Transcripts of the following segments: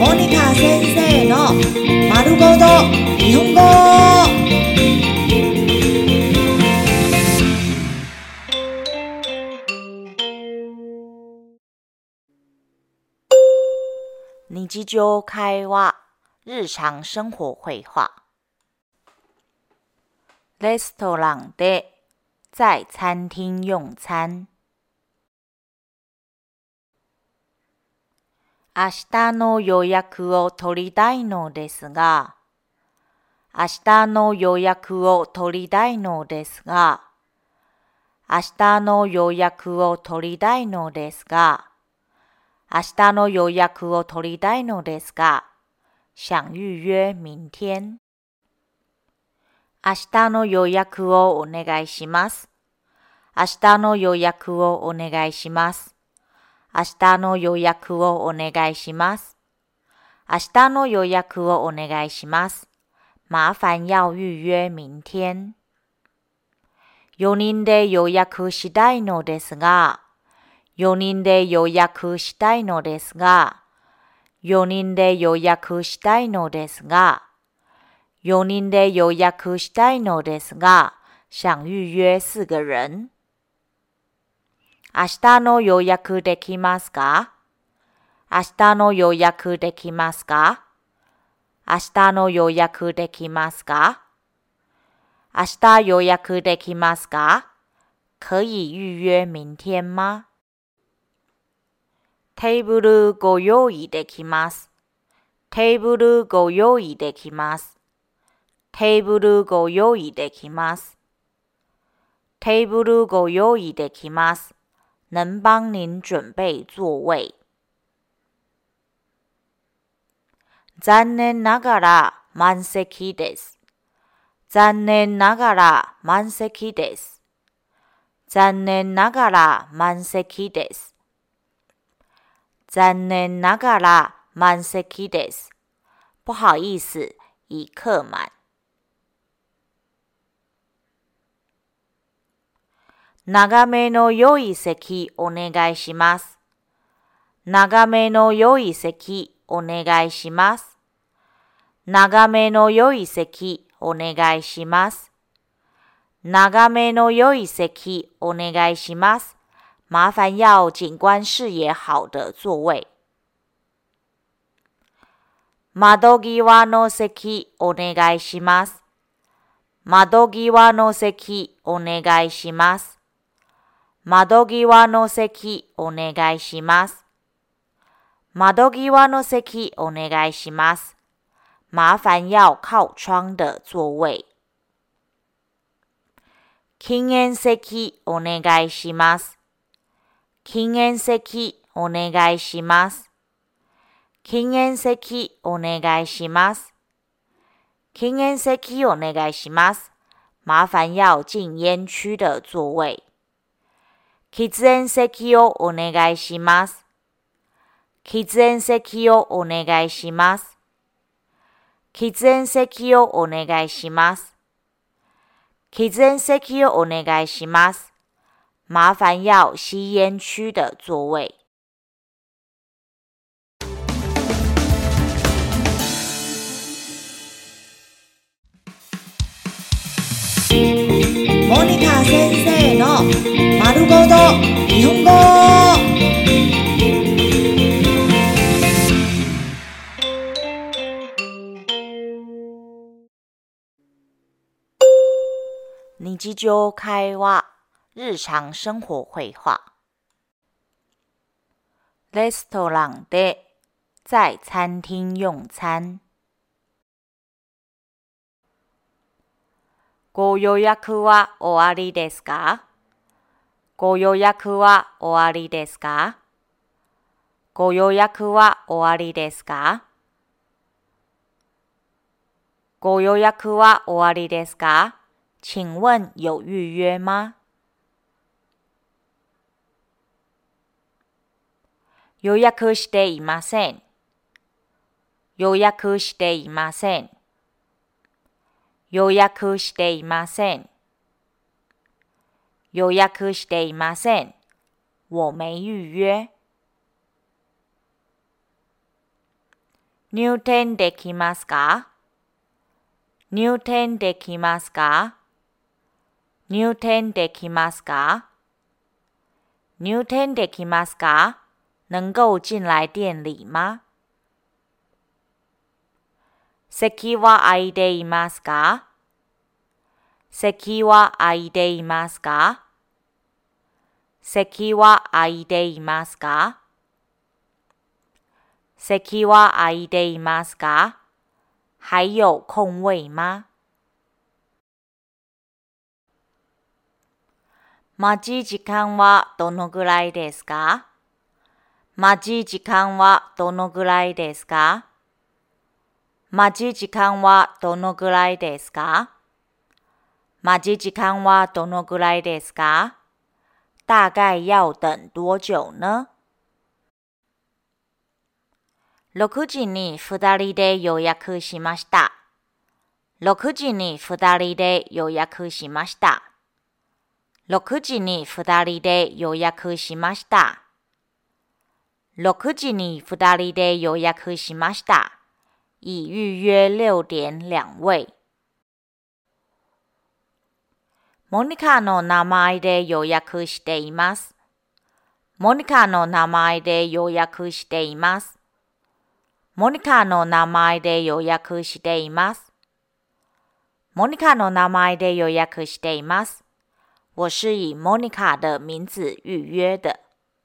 モニカ先生の丸ごと日本語。日常会話、日常生活会話。レストランで、在餐廳用餐。明日の予約を取りたいのですが、明日の予約を取りたいのですが、明日の予約を取りたいのですが、明日の予約を取りたいのですが、想預約明天。明日の予約をお願いします。明日の予約をお願いします。明日の予約をお願いします。明日の予約をお願いします。麻煩要預約明天。4人で予約したいのですが、4人で予約したいのですが、4人で予約したいのですが、4人で予約したいのですが、想預約4個人。明日の予約できますか？明日の予約できますか？明日の予約できますか？明日予約できますか？可以預約明天嗎？テーブルご用意できます。テーブルご用意できます。テーブルご用意できます。テーブルご用意できます。能帮您準備座位。残念ながら満席です。残念ながら満席です。残念ながら満席です。残念ながら満席です。不好意思、已客滿。長めの良い席お願いします。長めの良い席お願いします。長めの良い席お願いします。長めの良い席お願いします。麻烦要景观视野好的座位。窓際の席お願いします。窓際の席お願いします。窓際の席お願いします。窓際の席お願いします。麻烦要靠窗的座位。禁煙席お願いします。禁煙席お願いします。禁煙席お願いします。禁煙席お願いします。麻烦要禁煙區的座位。喫煙席をお願いします。喫煙席をお願いします。喫煙席をお願いします。喫煙席をお願いします。麻烦要吸煙區的座位。モニカ先生の丸ごと日本語。日常会話、日常生活会話。レストランで、在餐廳用餐。ご予約は終わりですか？ご予約は終わりですか？ご予約は終わりですか？ご予約は終わりですか？請問有預約嗎？予約していません。予約していません。予約していません。予約していません。我没預約。 入店できますか？入店できますか？入店できますか？入店できますか？能够进来店里吗？席は空いていますか？席は空いていますか？席は空いていますか？席は空いていますか？还有空位吗？待ち時間はどのぐらいですか？待ち時間はどのぐらいですか？待ち時間はどのぐらいですか？待ち時間はどのぐらいですか？大概要等多久呢？6時に2人で予約しました。6時に2人で予約しました。6時に2人で予約しました。6時に2人で予約しました。已预约6点2位。モニカの名前で予約しています。モニカの名前で予約しています。モニカの名前で予約しています。モニカの名前で予約しています。我是以モニカ的名字预约的。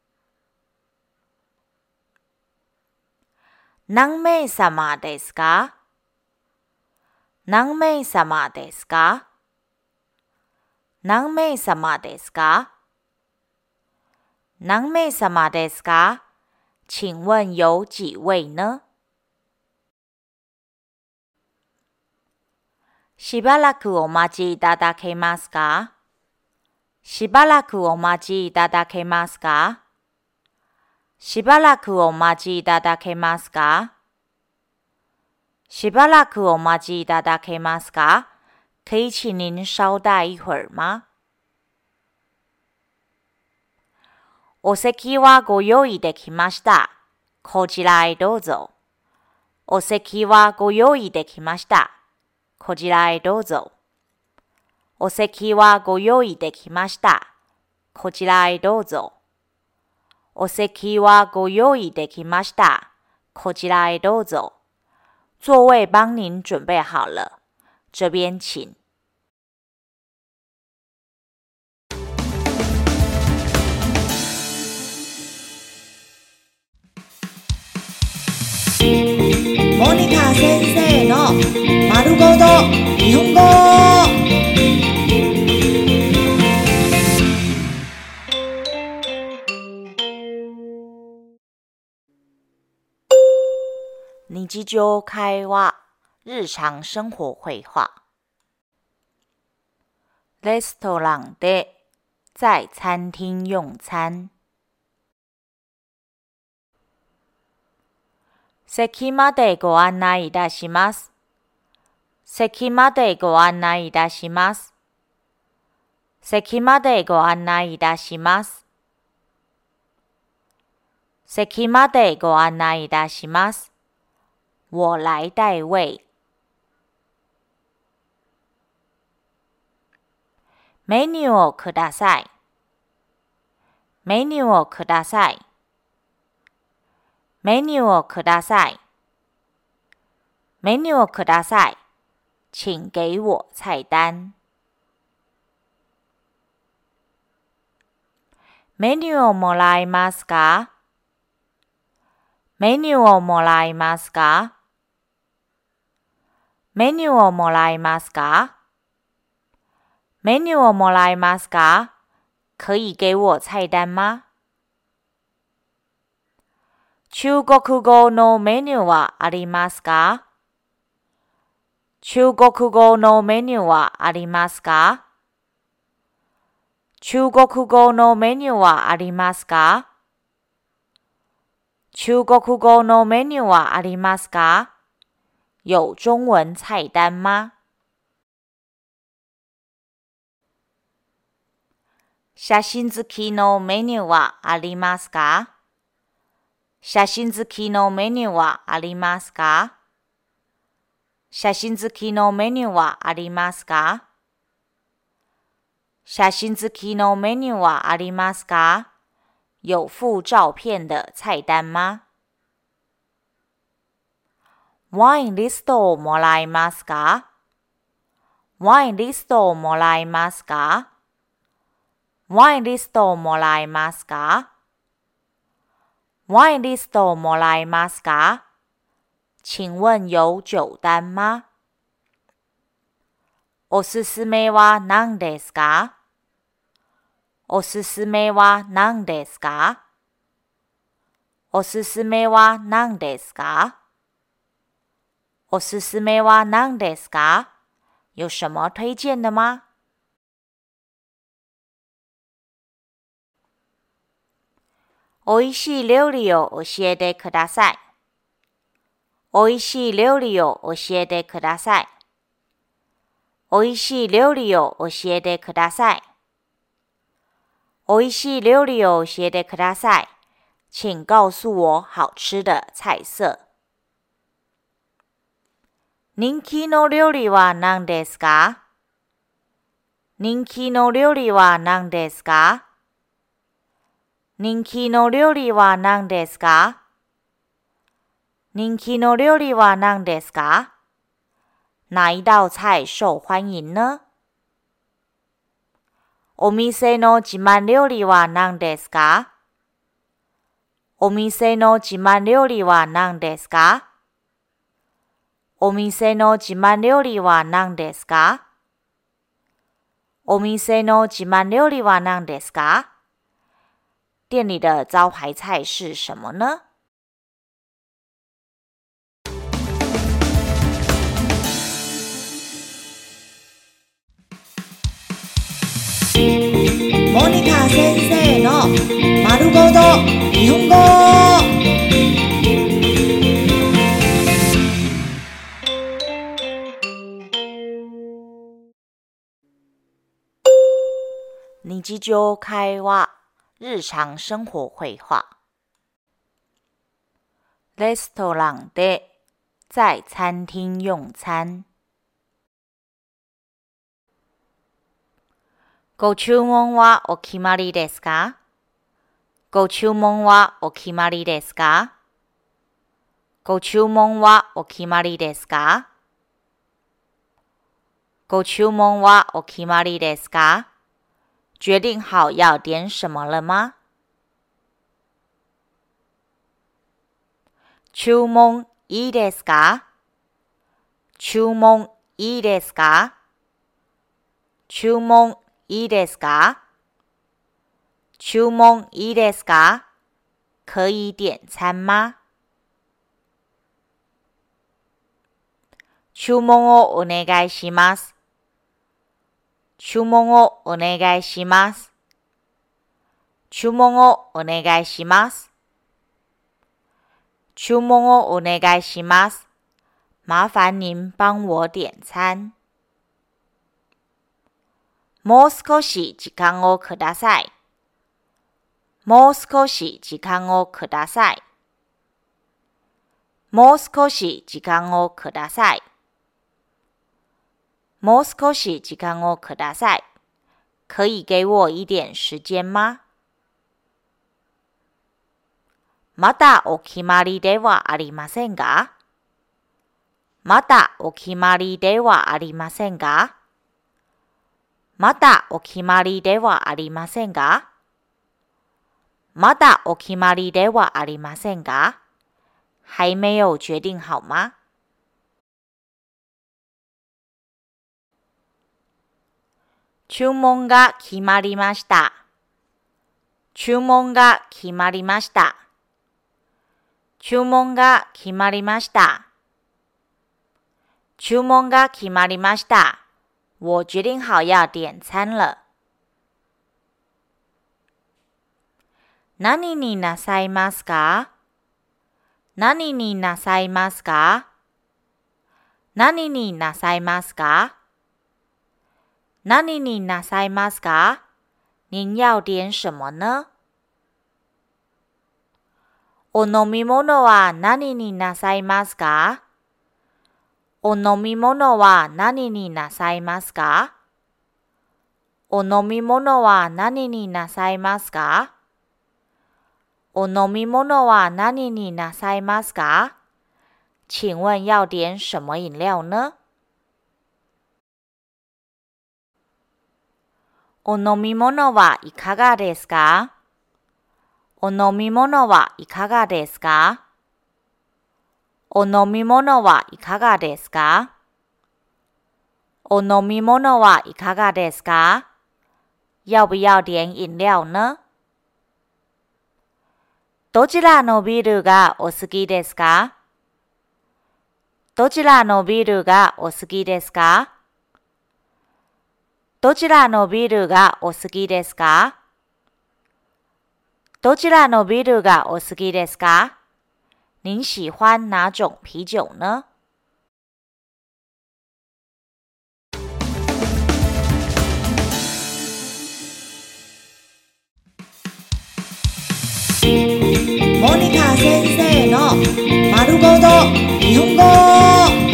何名様ですか？何名様ですか？何名様ですか？何名様ですか？请问有几位呢？しばらくお待ちいただけますか？しばらくお待ちいただけますか？しばらくお待ちいただけますか？しばらくお待ちいただけますか？可以请您稍待一会儿吗？お席はご用意できました。こちらへどうぞ。お席はご用意できました。こちらへどうぞ。お席はご用意できました。こちらへどうぞ。お席はご用意できました。こちらへどうぞ。座位帮您准备好了。这边请。モニカ先生の丸ごと日本語。日常会話、日常生活会話。レストランで、在餐厅用餐。席までご案内いたします。席までご案内いたします。席までご案内いたします。席までご案内いたします。我来代位。メニューをください。メニューをください。メニューをください。メニューをください。请给我菜单。メニューをもらえますか？メニューをもらえますか？メニューをもらえますか？メニューをもらえますか？可以给我菜单吗？中国語のメニューはありますか？中国語のメニューはありますか？中国語のメニューはありますか？中国語のメニューはありますか？有中文菜单吗？写真付きのメニューはありますか？ 写真付きのメニューはありますか？写真付きのメニューはありますか？写真付きのメニューはありますか？有附照片的菜单吗？ワインリストをもらえますか？ワインリストをもらえますか？ワインリストをもらえますか？ワインリストをもらえますか？请问有酒单吗？おすすめは何ですか？おすすめは何ですか？おすすめは何ですか？おすすめは何ですか？有什么推荐的吗？おいしい料理を教えてください。おいしい料理を教えてください。おいしい料理を教えてください。おいしい料理を教えてください。请告诉我好吃的菜色。人気の料理は何ですか？人気の料理は何ですか？人気の料理は何ですか？人気の料理は何ですか？哪一道菜受欢迎呢？お店の自慢料理は何ですか？お店の自慢料理は何ですか？お店の自慢料理は何ですか？お店の自慢料理は何ですか？店里的招牌菜是什么呢？モニカ先生の丸ごと日本語。日常会話、日常生活会話。レストランで、在餐厅用餐。ご注文はお決まりですか？ご注文はお決まりですか？ご注文はお決まりですか？ご注文はお決まりですか？决定好要点什么了吗？注文いいですか？注文いいですか？注文いいですか？注文いいですか？可以点餐吗？注文をお願いします。注文をお願いします。注文をお願いします。注文をお願いします。麻烦您帮我点餐。もう少し時間をください。もう少し時間をください。もう少し時間をください。もう少し時間をください。可以给我一点时间吗？まだお決まりではありませんが？まだお決まりではありませんが？まだお決まりではありませんが？まだお決まりではありませんが？还没有决定好吗？注文が決まりました。注文が決まりました。注文が決まりました。注文が決まりました。我决定好要点餐了。何になさいますか？何になさいますか？何になさいますか？何になさいますか？您要点什么呢？ お飲み物は何になさいますか？お飲み物は何になさいますか？お飲み物は何になさいますか？お飲み物は何になさいますか？请问要点什么饮料呢？お飲み物はいかがですか？お飲み物はいかがですか？お飲み物はいかがですか？お飲み物はいかがですか？要不要点飲料呢？どちらのビールがお好きですか？どちらのビールがお好きですか？どちらのビールがお好きですか？どちらのビールがお好きですか？您喜欢哪种啤酒呢？ モニカ先生の丸ごと日本語。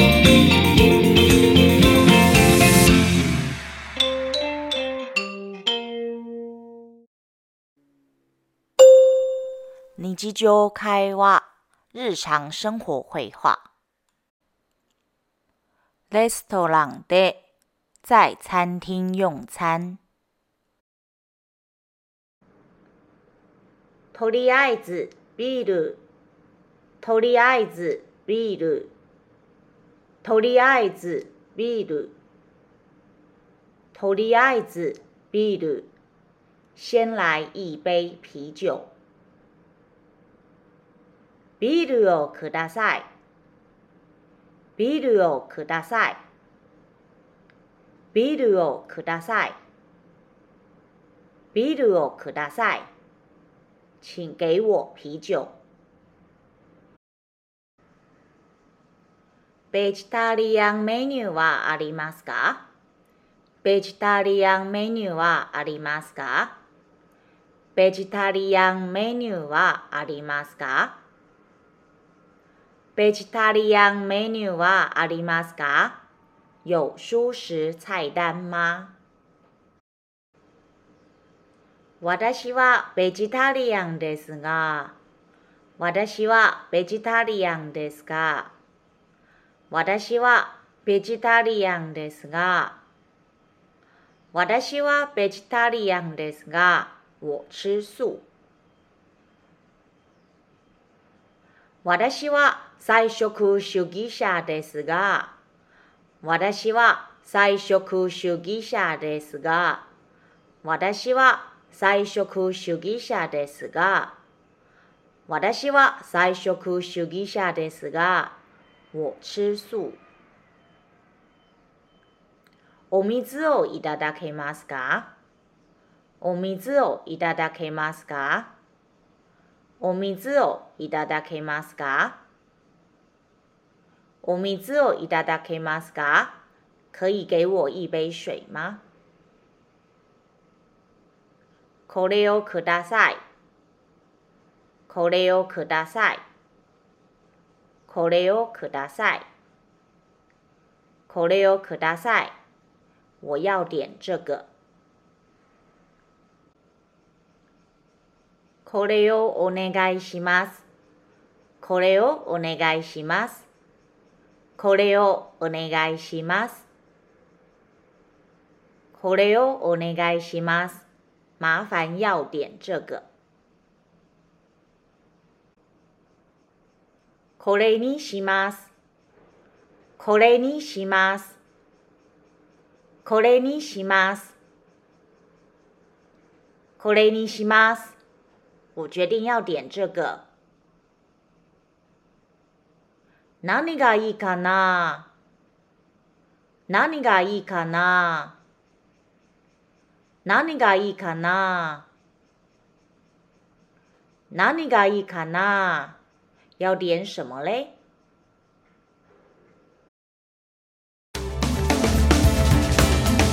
日常会話、日常生活会話。レストランで、在餐厅用餐。とりあえずビール。とりあえずビール。とりあえずビール。とりあえずビール。先来一杯啤酒。ビールをください。ビールをください。ビールをください。ビールをください。请给我啤酒。ベジタリアンメニューはありますか？ベジタリアンメニューはありますか？ベジタリアンメニューはありますか？ベジタリアンメニューはありますか？有蔬食菜单吗？私はベジタリアンですが、私はベジタリアンですが、私はベジタリアンですが、私はベジタリアンですが、我吃素。私は菜食主義者ですが、私は菜食主義者ですが、私は菜食主義者ですが、私は菜食主義者ですが、我吃素。お水をいただけますか？お水をいただけますか？お水をいただけますか？お水をいただけますか？可以给我一杯水吗？これをください。これをください。これをください。これをください。我要点这个。これをお願いします。これをお願いします。これをお願いします。これをお願いします。麻烦要点这个。これにします。これにします。これにします。これにします。我决定要点这个。何がいいかな？何がいいかな？何がいいかな？何がいいかな？要点什么嘞？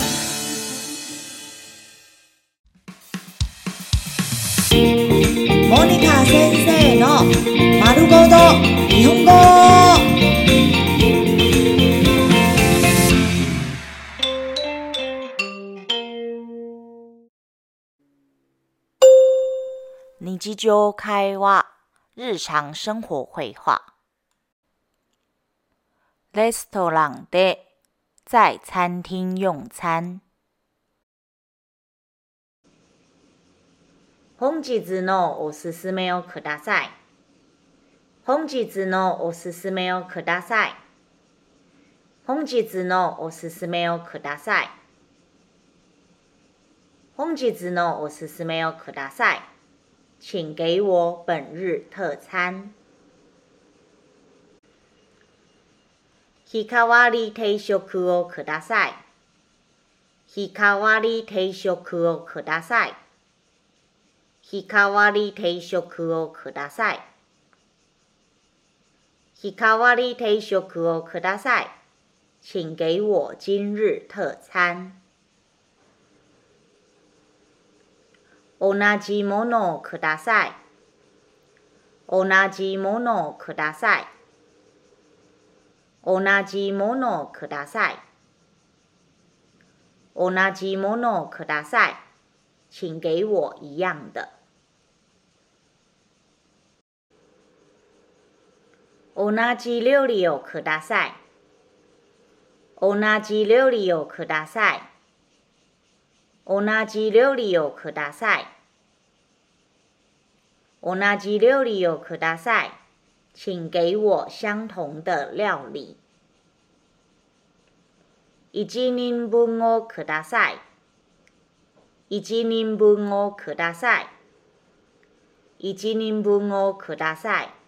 モモニカ先生の丸ごと日本語。 日常会話、日常生活会話。レストランで在餐廳用餐。本日のおすすめをください。本日のおすすめをください。本日のおすすめをください。本日のおすすめをください。請给我本日特餐。日替わり定食をください。日替わり定食をください。日替わり定食をください。日替わり定食をください。請给我今日特餐。同じものをください。同じものをください。同じものをください。同じものをください。請给我一样的。同じ料理をください。同じ料理をください。同じ料理をください。同じ料理をください。請给我相同的料理。一人分をください。一人分をください。一人分をください。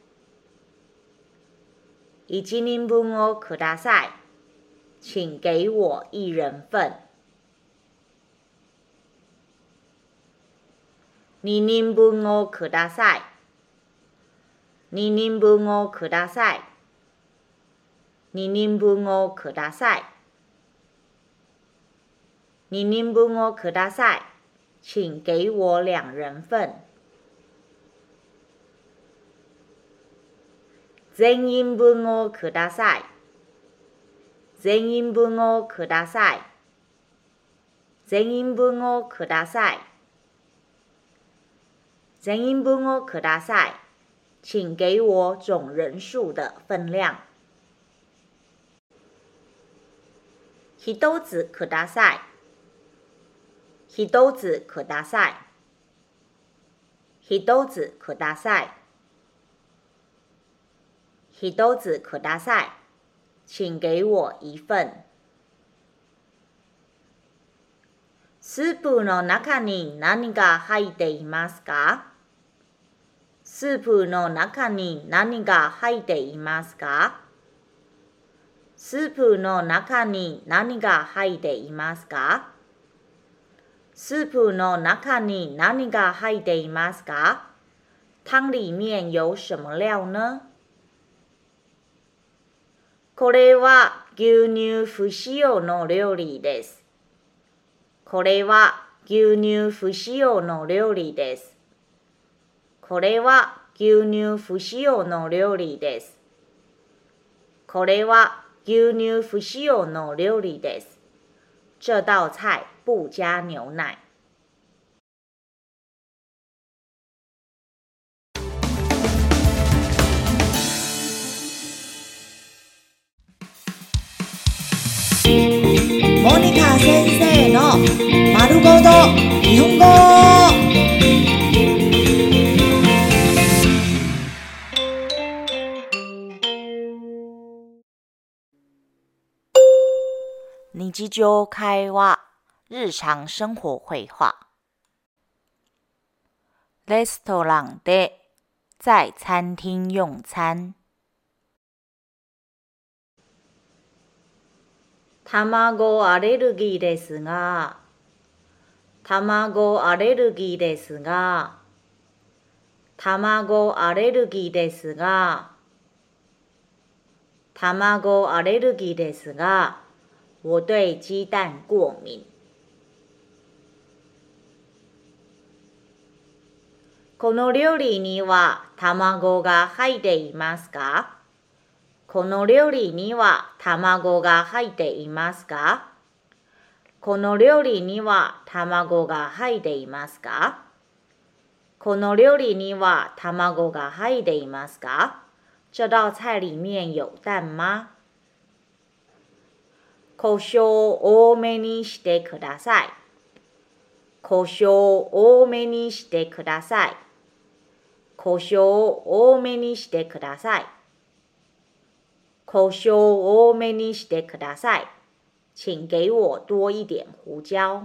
一人分をください。請给我一人份。二人分をください。二人分をください。二人分をください。二人分をください。請给我两人份。全員分をください。全員分をください。全員分をください。全員分をください。請给我总人数的分量。一つください。一つください。一つください。一つください。請给我一份。スープの中に何が入っていますか？スープの中に何が入っていますか？スープの中に何が入っていますか？スープの中に何が入っていますか？汤里面有什么料呢？これは牛乳不使用の料理です。これは牛乳不使用の料理です。これは牛乳不使用の料理です。これは牛乳不使用の料理です。这道菜不加牛奶。 モニカ先生の丸ごと日本語。 日常会話、日常生活会話。レストランで在餐廳用餐。卵アレルギーですが、卵アレルギーですが、卵アレルギーですが、卵アレルギーですが、我对鸡蛋过敏。 この料理には卵が入っていますか？この料理には卵が入っていますか？この料理には卵が入っていますか？この料理には卵が入っていますか？这道菜里面有蛋吗？胡椒多めにしてください。胡椒多めにしてください。胡椒多めにしてください。胡椒多めにしてください。请给我多一点胡椒。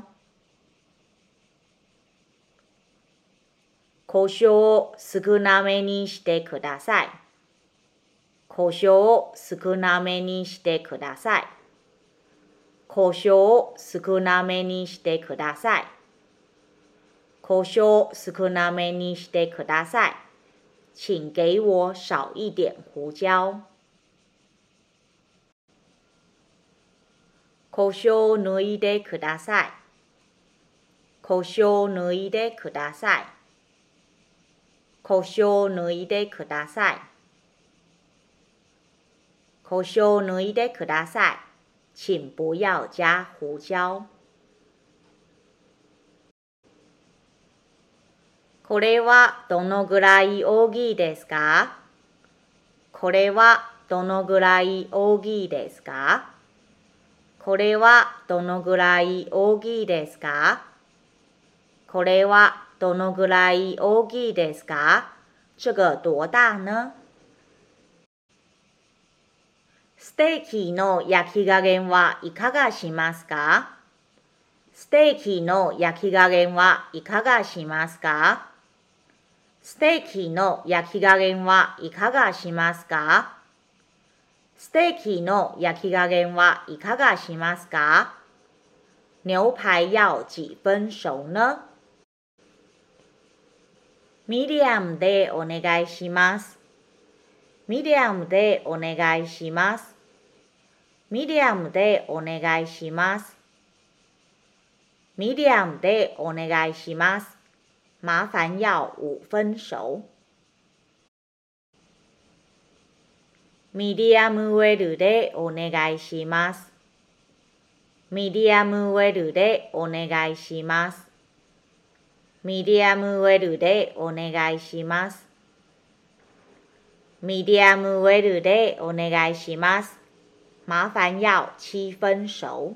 胡椒少なめにしてください。胡椒少なめにしてください。胡椒少なめにしてください。胡椒少なめにしてください。请给我少一点胡椒。胡椒抜いてください。胡椒抜いてください。胡椒抜いてください。胡椒抜いてください。请不要加胡椒。これはどのぐらい大きいですか？これはどのぐらい大きいですか？これはどのぐらい大きいですか？これはどのぐらい大きいですか？这个多大呢？ステーキの焼き加減はいかがしますか？ステーキの焼き加減はいかがしますか？ステーキの焼き加減はいかがしますか？ステーキの焼き加減はいかがしますか？牛排要几分熟呢？ミディアムでお願いします。ミディアムでお願いします。ミディアムでお願いします。ミディアムでお願いします。麻烦要5分熟。ミディアムウェルでお願いします。ミディアムウェルでお願いします。ミディアムウェルでお願いします。ミディアムウェルでお願いします。麻烦要7分熟。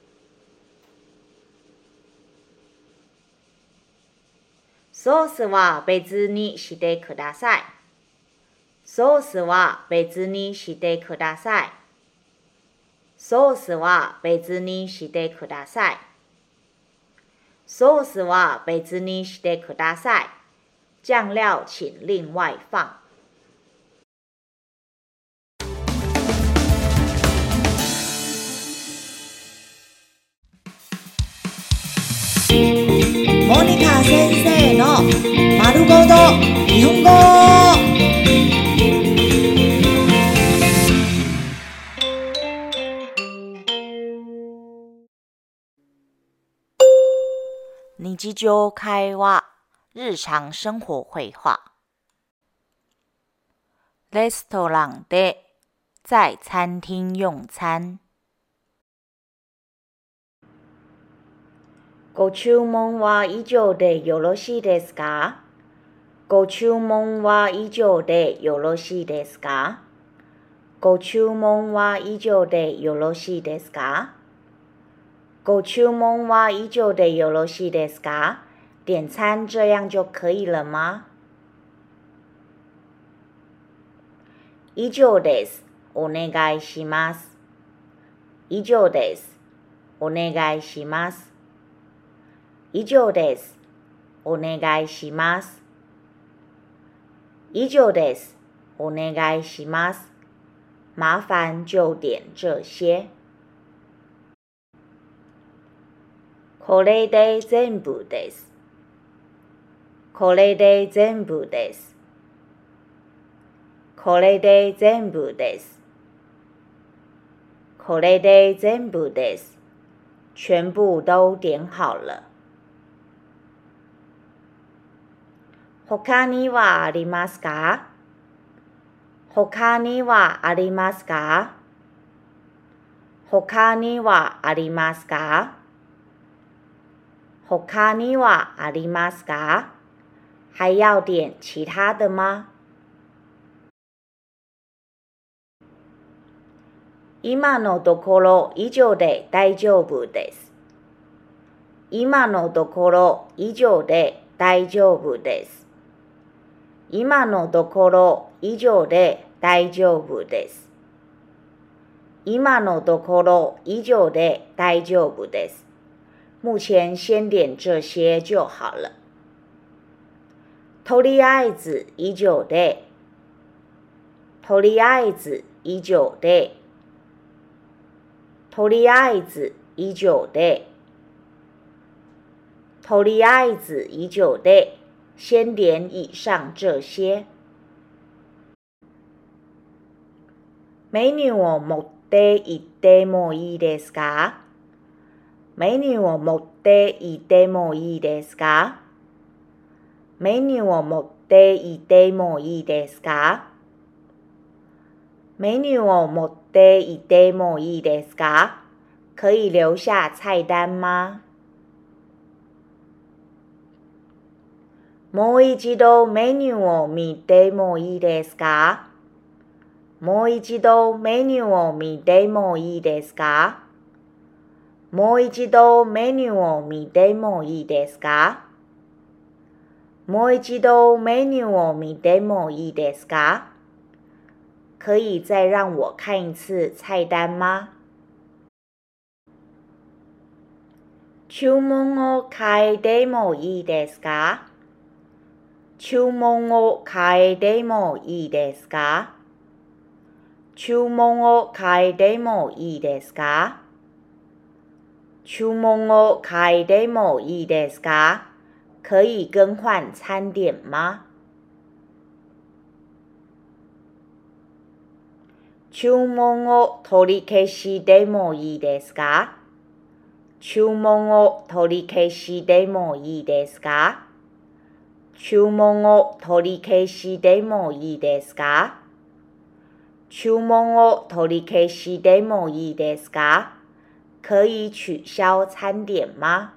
ソースは別にしてください。ソースは別にしてください。ソースは別にしてください。ソースは別にしてください。酱料请另外放。 モニカ先生の丸ごと日本語。 日常会話、日常生活会話。レストランで、在餐厅用餐。ご注文は以上でよろしいですか？ご注文は以上でよろしいですか？ご注文は以上でよろしいですか？ご注文は以上でよろしいですか？点餐这样就可以了吗？以上です。お願いします。以上です。お願いします。以上です。お願いします。以上です。お願いします。麻烦就点这些。これで全部です。これで全部です。これで全部です。これで全部です。全部都点好了。 他にはありますか？他にはありますか？他にはありますか？他にはありますか？还要点其他的吗？今のところ以上で大丈夫です。今のところ以上で大丈夫です。今のところ以上で大丈夫です。今のところ以上で大丈夫です。目前先点这些就好了。とりあえず以上で、とりあえず以上で、とりあえず以上で、とりあえず以上で、先点以上这些。メニューを持って行ってもいいですか？メニューを持って行ってもいいですか？メニューを持って行ってもいいですか？メニューを持って行ってもいいですか？可以留下菜单吗？もう一度メニューを見てもいいですか？もう一度メニューを見てもいいですか？もう一度メニューを見てもいいですか？もう一度メニューを見てもいいですか？可以再让我看一次菜单吗？注文を変えてもいいですか？注文を変えてもいいですか？注文を変えてもいいですか？注文を変えてもいいですか？可以更换餐点吗？注文を取り消してもいいですか？注文を取り消してもいいですか？注文を取り消してもいいですか？注文を取り消してもいいですか？可以取消餐点吗？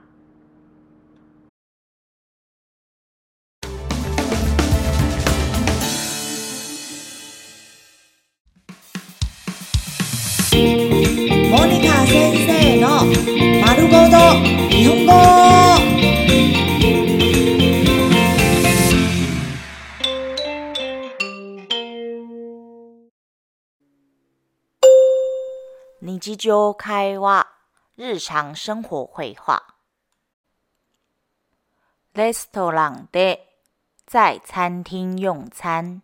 モニカ先生の丸ごと日本語。 日常会話、日常生活会話。レストランで、在餐厅用餐。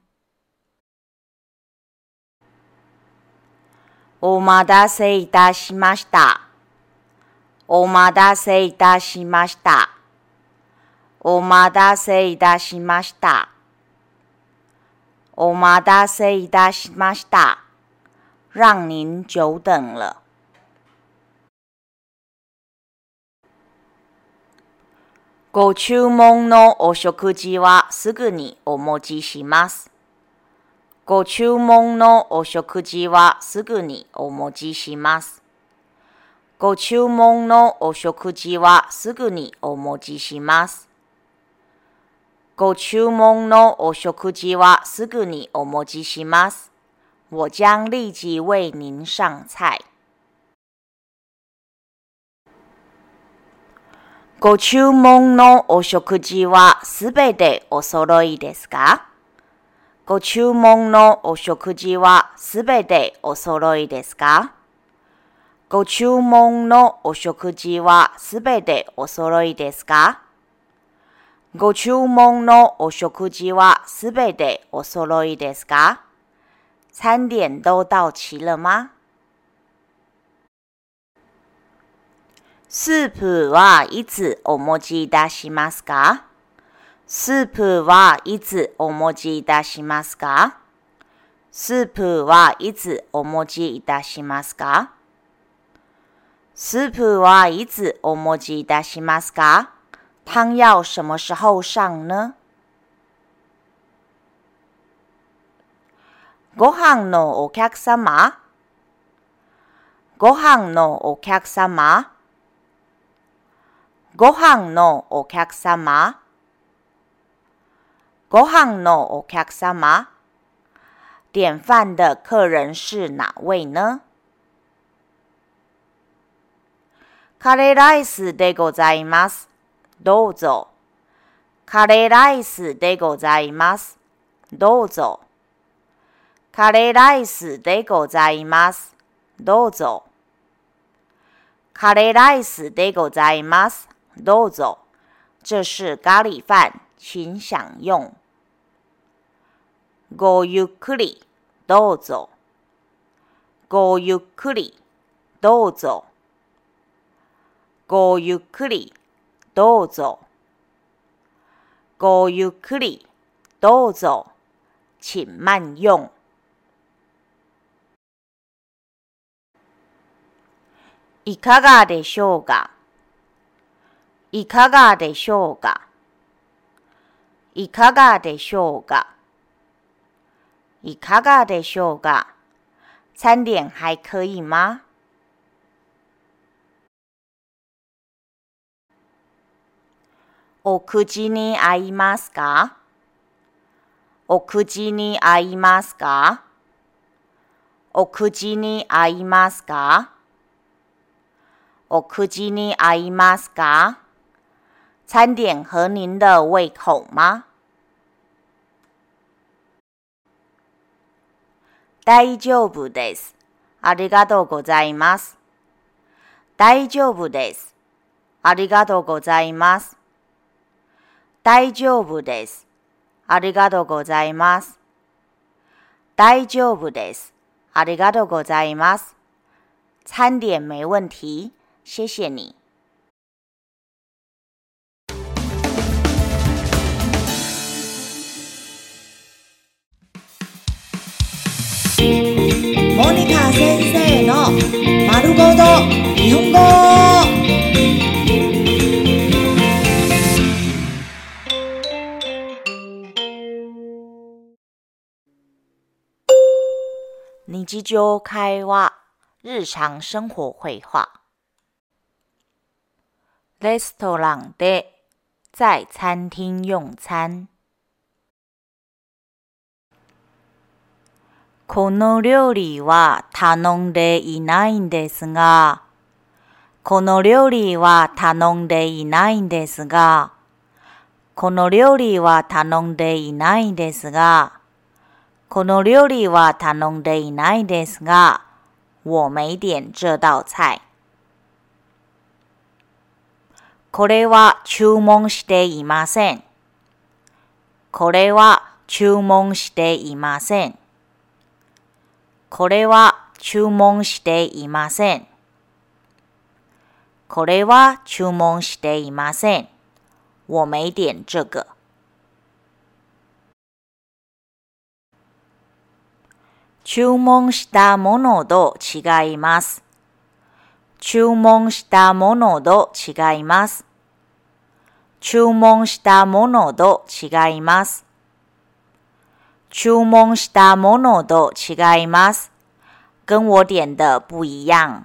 お待たせいたしました。お待たせいたしました。お待たせいたしました。お待たせいたしました。让您久等了。ご注文のお食事はすぐにお持ちします。ご注文のお食事はすぐにお持ちします。ご注文のお食事はすぐにお持ちします。ご注文のお食事はすぐにお持ちします。我将立即为您上菜。ご注文のお食事はすべてお揃いですか？ご注文のお食事はすべてお揃いですか？ご注文のお食事はすべてお揃いですか？ご注文のお食事はすべてお揃いですか？餐点都到齐了吗？スープはいつお持ち出しますか？スープはいつお持ちいたしますか？スープはいつお持ちいたしますか？スープはいつお持ちいたしますか？汤要什么时候上呢？ ご飯のお客様？ご飯のお客様？ご飯のお客様？ご飯のお客様？点饭的客人是哪位呢？カレーライスでございます。どうぞ。カレーライスでございます。どうぞ。カレーライスでございます。どうぞ。カレーライスでございます。どうぞ。这是咖喱饭，请享用。ごゆっくり、どうぞ。ごゆっくり、どうぞ。ごゆっくり、どうぞ。ごゆっくり、どうぞ。请慢用。いかがでしょうか？いかがでしょうか？いかがでしょうか？いかがでしょうか？餐点还可以吗？お口に合いますか？お口に合いますか？お口に合いますか？お口に合いますか？餐点合您的胃口吗？大丈夫です。ありがとうございます。大丈夫です。ありがとうございます。大丈夫です。ありがとうございます。大丈夫です。ありがとうございます。餐点没问题，谢谢你。 モニカ先生の丸ごと日本語。 日常会話、日常生活会話。レストランで、在餐厅用餐。この料理は頼んでいないんですが、この料理は頼んでいないんですが、この料理は頼んでいないんですが、この料理は頼んでいないですが、我没点这道菜。これは注文していません。これは注文していません。これは注文していません。これは注文していません。我没点这个。注文したものと違います。注文したものと違います。注文したものと違います。注文したものと違います。跟我点的不一样。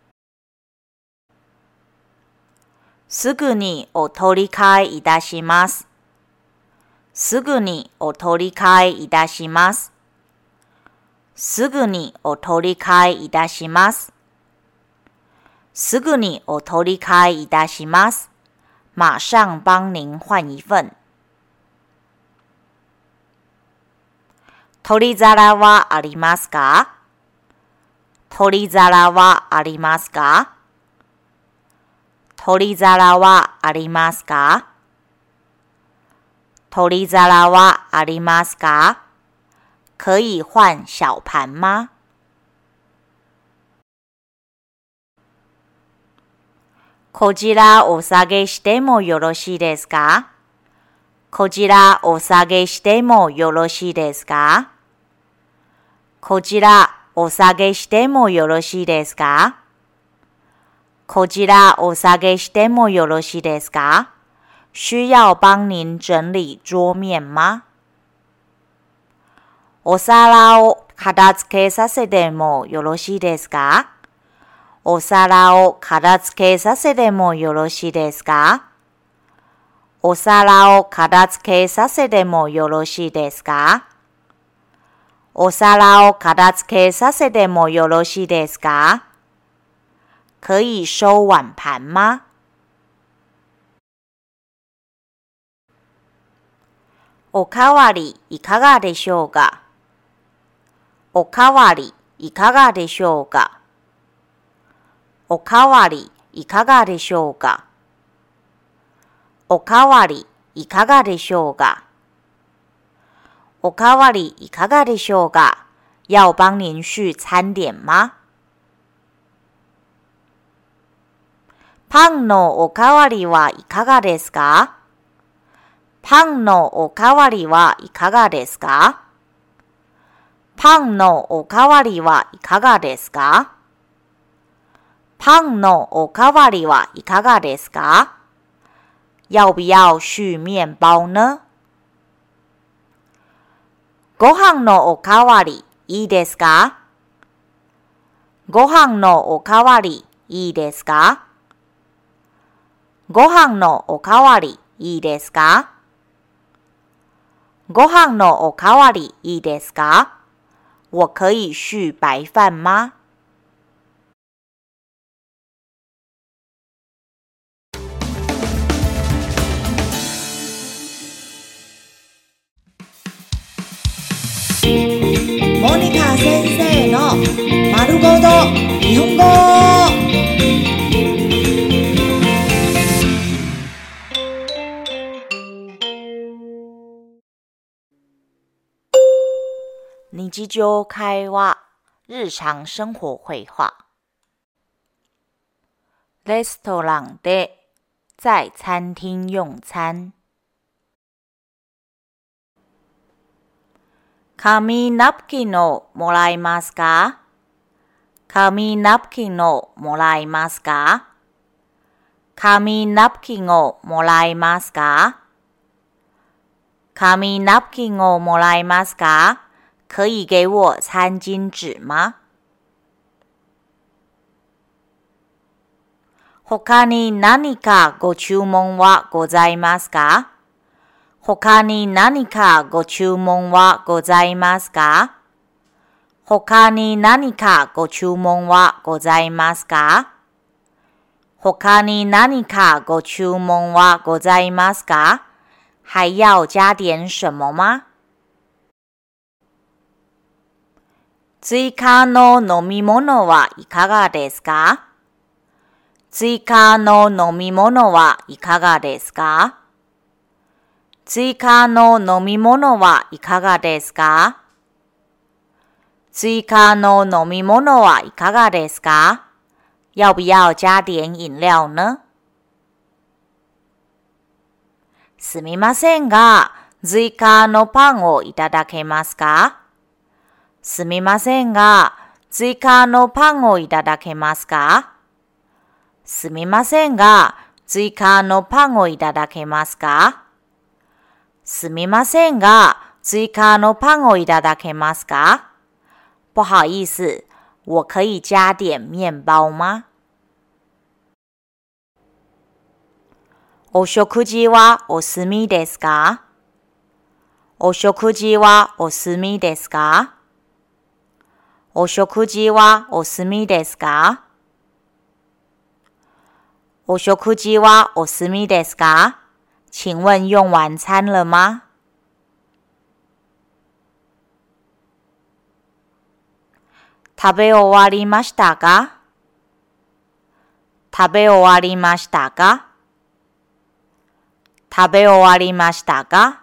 すぐにお取り替えいたします。すぐにお取り替えいたします。すぐにお取り替えいたします。すぐにお取り替えいたします。马上帮您换一份。取り皿はありますか？取り皿はありますか？取り皿はありますか？取り皿はありますか？可以换小盘吗？こちらお下げしてもよろしいですか？こちらお下げしてもよろしいですか？こちらお下げしてもよろしいですか？こちらお下げしてもよろしいですか？需要帮您整理桌面吗？お皿を片付けさせてもよろしいですか？お皿を片付けさせてもよろしいですか？お皿を片付けさせてもよろしいですか？お皿を片付けさせてもよろしいですか？可以收碗盘吗？おかわりいかがでしょうか？おかわりいかがでしょうか？おかわりいかがでしょうか？おかわりいかがでしょうか？おかわりいかがでしょうか？要帮您续餐点吗？パンのおかわりはいかがですか？パンのおかわりはいかがですか？パンのおかわりはいかがですか？パンのおかわりはいかがですか？要不要续面包呢？ご飯のおかわりいいですか？ご飯のおかわりいいですか？ご飯のおかわりいいですか？ご飯のおかわりいいですか？我可以续白饭吗？ モニカ先生の丸ごと日本語。 日常会話、日常生活会話。レストランで、在餐厅用餐。紙ナプキンをもらえますか？紙ナプキンをもらえますか？紙ナプキンをもらえますか？紙ナプキンをもらえますか？可以给我餐巾纸吗？他に何かご注文はございますか？他に何かご注文はございますか？他に何かご注文はございますか？他に何かご注文はございますか？还要加点什么吗？追加の飲み物はいかがですか？追加の飲み物はいかがですか？追加の飲み物はいかがですか？追加の飲み物はいかがですか？要不要加点飲料呢？すみませんが、追加のパンをいただけますか？すみませんが、追加のパンをいただけますか？すみませんが、追加のパンをいただけますか？すみませんが、追加のパンをいただけますか？不好意思，我可以加点面包吗？お食事はお済みですか？お食事はお済みですか？お食事はお済みですか？お食事はお済みですか？请问用完餐了吗？食べ終わりましたか？食べ終わりましたか？食べ終わりましたか？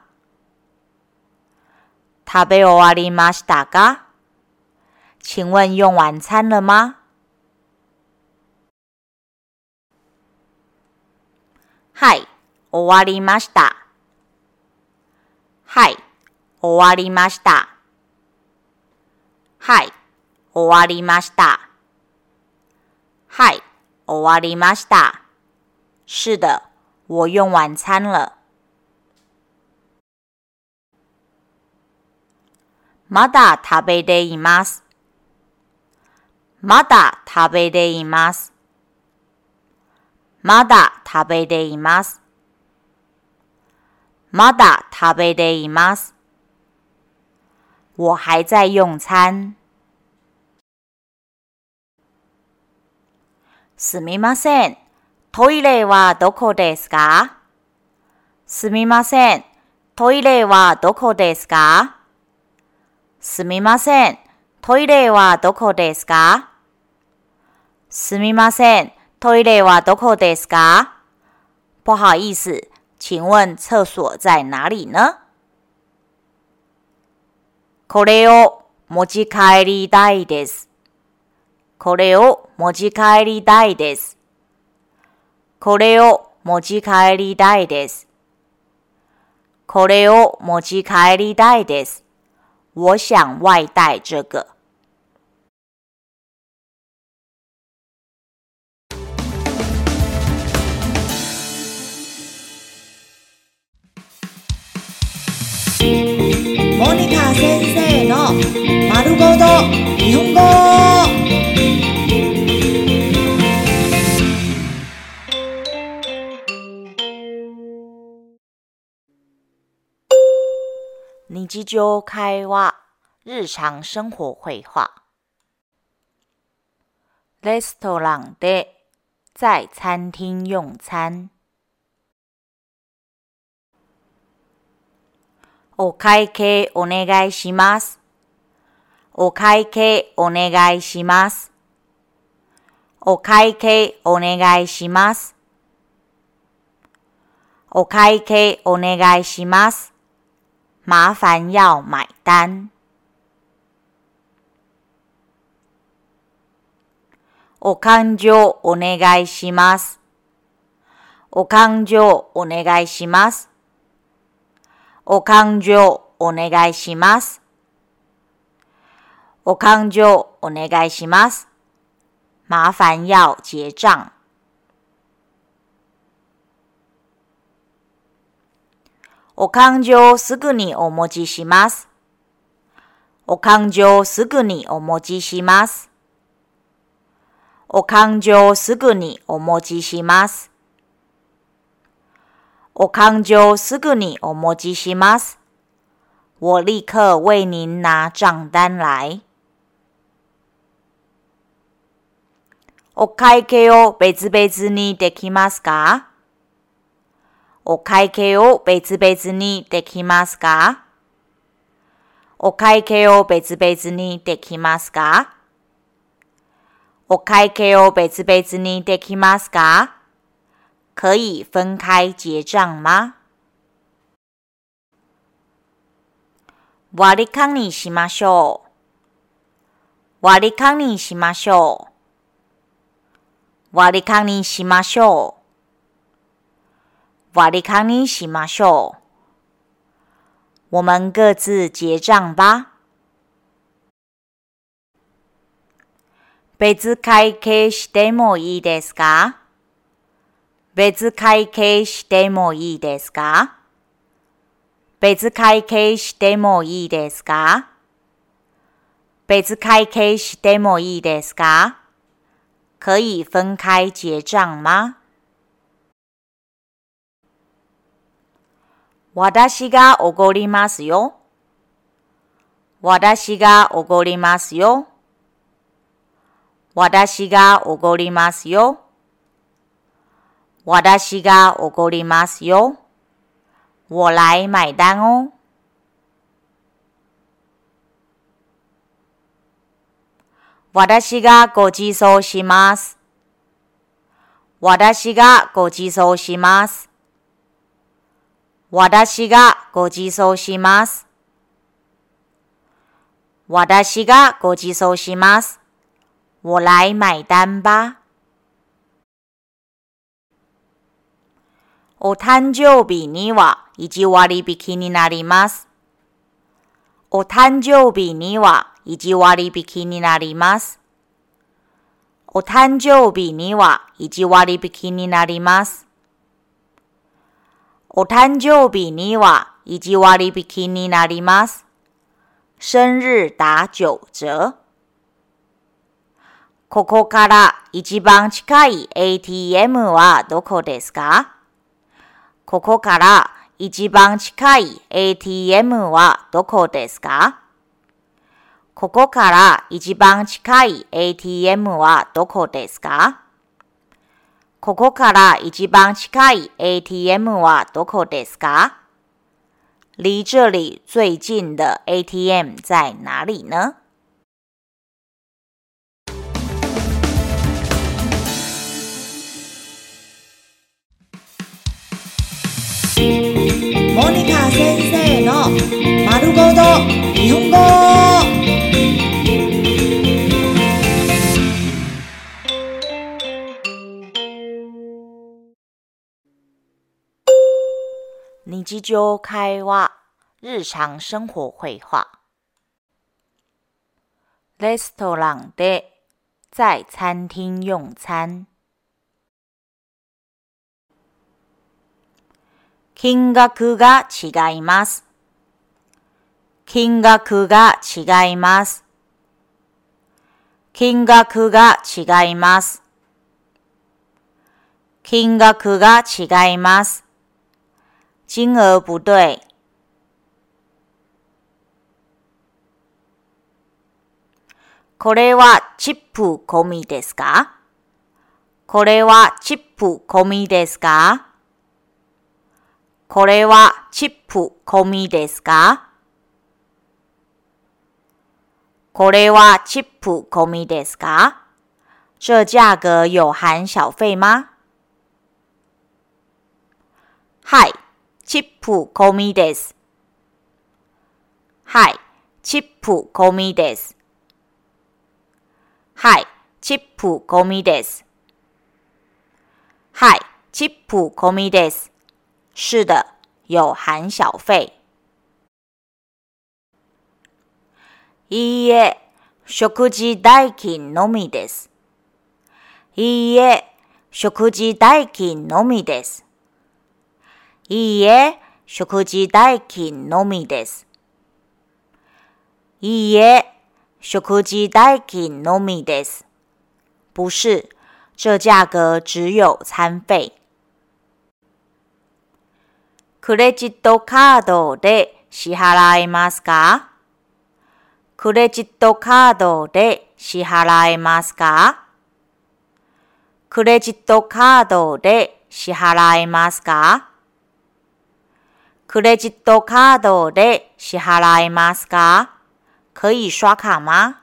食べ終わりましたか？请问用完餐了吗？はい、終わりました。はい、終わりました。はい、終わりました。はい、終わりました。是的，我用完餐了。 まだ食べています。まだ食べています。まだ食べています。まだ食べています。我还在用餐。すみません。トイレはどこですか？すみません。トイレはどこですか？すみません。トイレはどこですか？すみません。トイレはどこですか？不好意思，请问厕所在哪里呢？これを持ち帰りたいです。これを持ち帰りたいです。これを持ち帰りたいです。これを持ち帰りたいです。我想外带这个。 モニカ先生の丸ごと日本語。 日常会話、日常生活会話。レストランで、在餐厅用餐。お会計お願いします。お会計お願いします。お会計お願いします。お会計お願いします。麻烦要买单。お勘定お願いします。お勘定お願いします。お勘定お願いします。お勘定お願いします。麻烦要结账。お勘定すぐにお持ちします。お勘定すぐにお持ちします。お勘定すぐにお持ちします。我勘定すぐにお持ちします。我立刻为您拿账单来。お会計を別々にできますか？お会計を別々にできますか？お会計を別々にできますか？お会計を別々にできますか？可以分开结账吗？割り勘にしましょう。割り勘にしましょう。割り勘にしましょう。割り勘にしましょう。我们各自结账吧。別会計してもいいですか？別会計してもいいですか？別会計してもいいですか？別会計してもいいですか？可以分开结账吗？私がおごりますよ。私がおごりますよ。私がおごりますよ。私がおごりますよ。我来买单哦。私がご馳走します。私がご馳走します。私がご馳走します。私がご馳走します。我来买单吧。お誕生日には1割引きになります。お誕生日には1割引きになります。お誕生日には1割引きになります。お誕生日には1割引きになります。 生日打9折。ここから一番近い ATM はどこですか？ここから一番近い ATM はどこですか？ここから一番近い ATM はどこですか？ここから一番近い ATM はどこですか？离这里最近的 ATM 在哪里呢？ モニカ先生の丸ごと日本語。 日常会話、日常生活会話。レストランで、在餐厅用餐。金額が違います。金額が違います。金額が違います。金額が違います。金額不对。これはチップ込みですか？これはチップ込みですか？これはチップ込みですか？これはチップ込みですか？这价格有含小费吗？はい、チップ込みです。はい、チップ込みです。はい、チップ込みです。はい、チップ込みです。是的，有含小费。いいえ、食事代金のみです。いいえ、食事代金のみです。いいえ、食事代金のみです。いいえ、食事代金のみです。不是，这价格只有餐费。クレジットカードで支払えますか？クレジットカードで支払えますか？クレジットカードで支払えますか？クレジットカードで支払えますか？可以刷卡吗？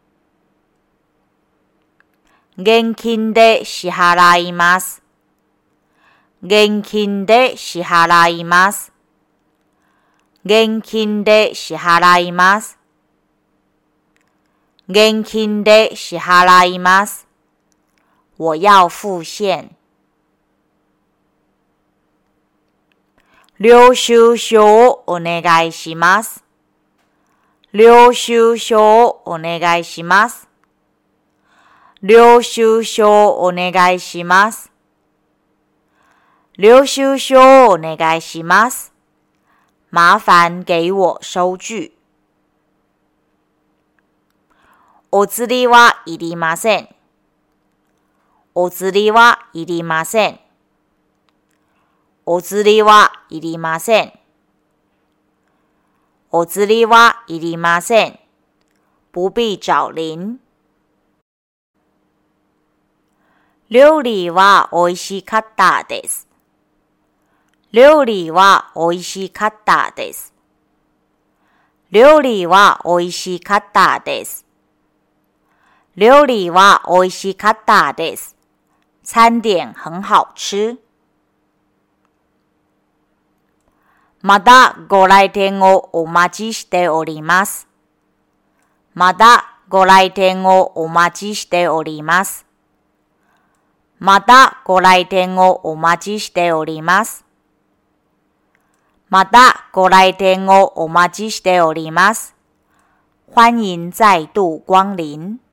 現金で支払います。現金で支払います。現金で支払います。現金で支払います。我要付現。領収書をお願いします。領収書をお願いします。領収書をお願いします。領収書をお願いします。麻煩給我收據。お釣りはいりません。お釣りはいりません。お釣りはいりません。お釣りはいりません。不必找零。料理は美味しかったです。料理は美味しかったです。料理は美味しかったです。料理は美味しかったです。餐点很好吃。まだご来店をお待ちしております。まだご来店をお待ちしております。まだご来店をお待ちしております。またご来店をお待ちしております。欢迎再度光臨。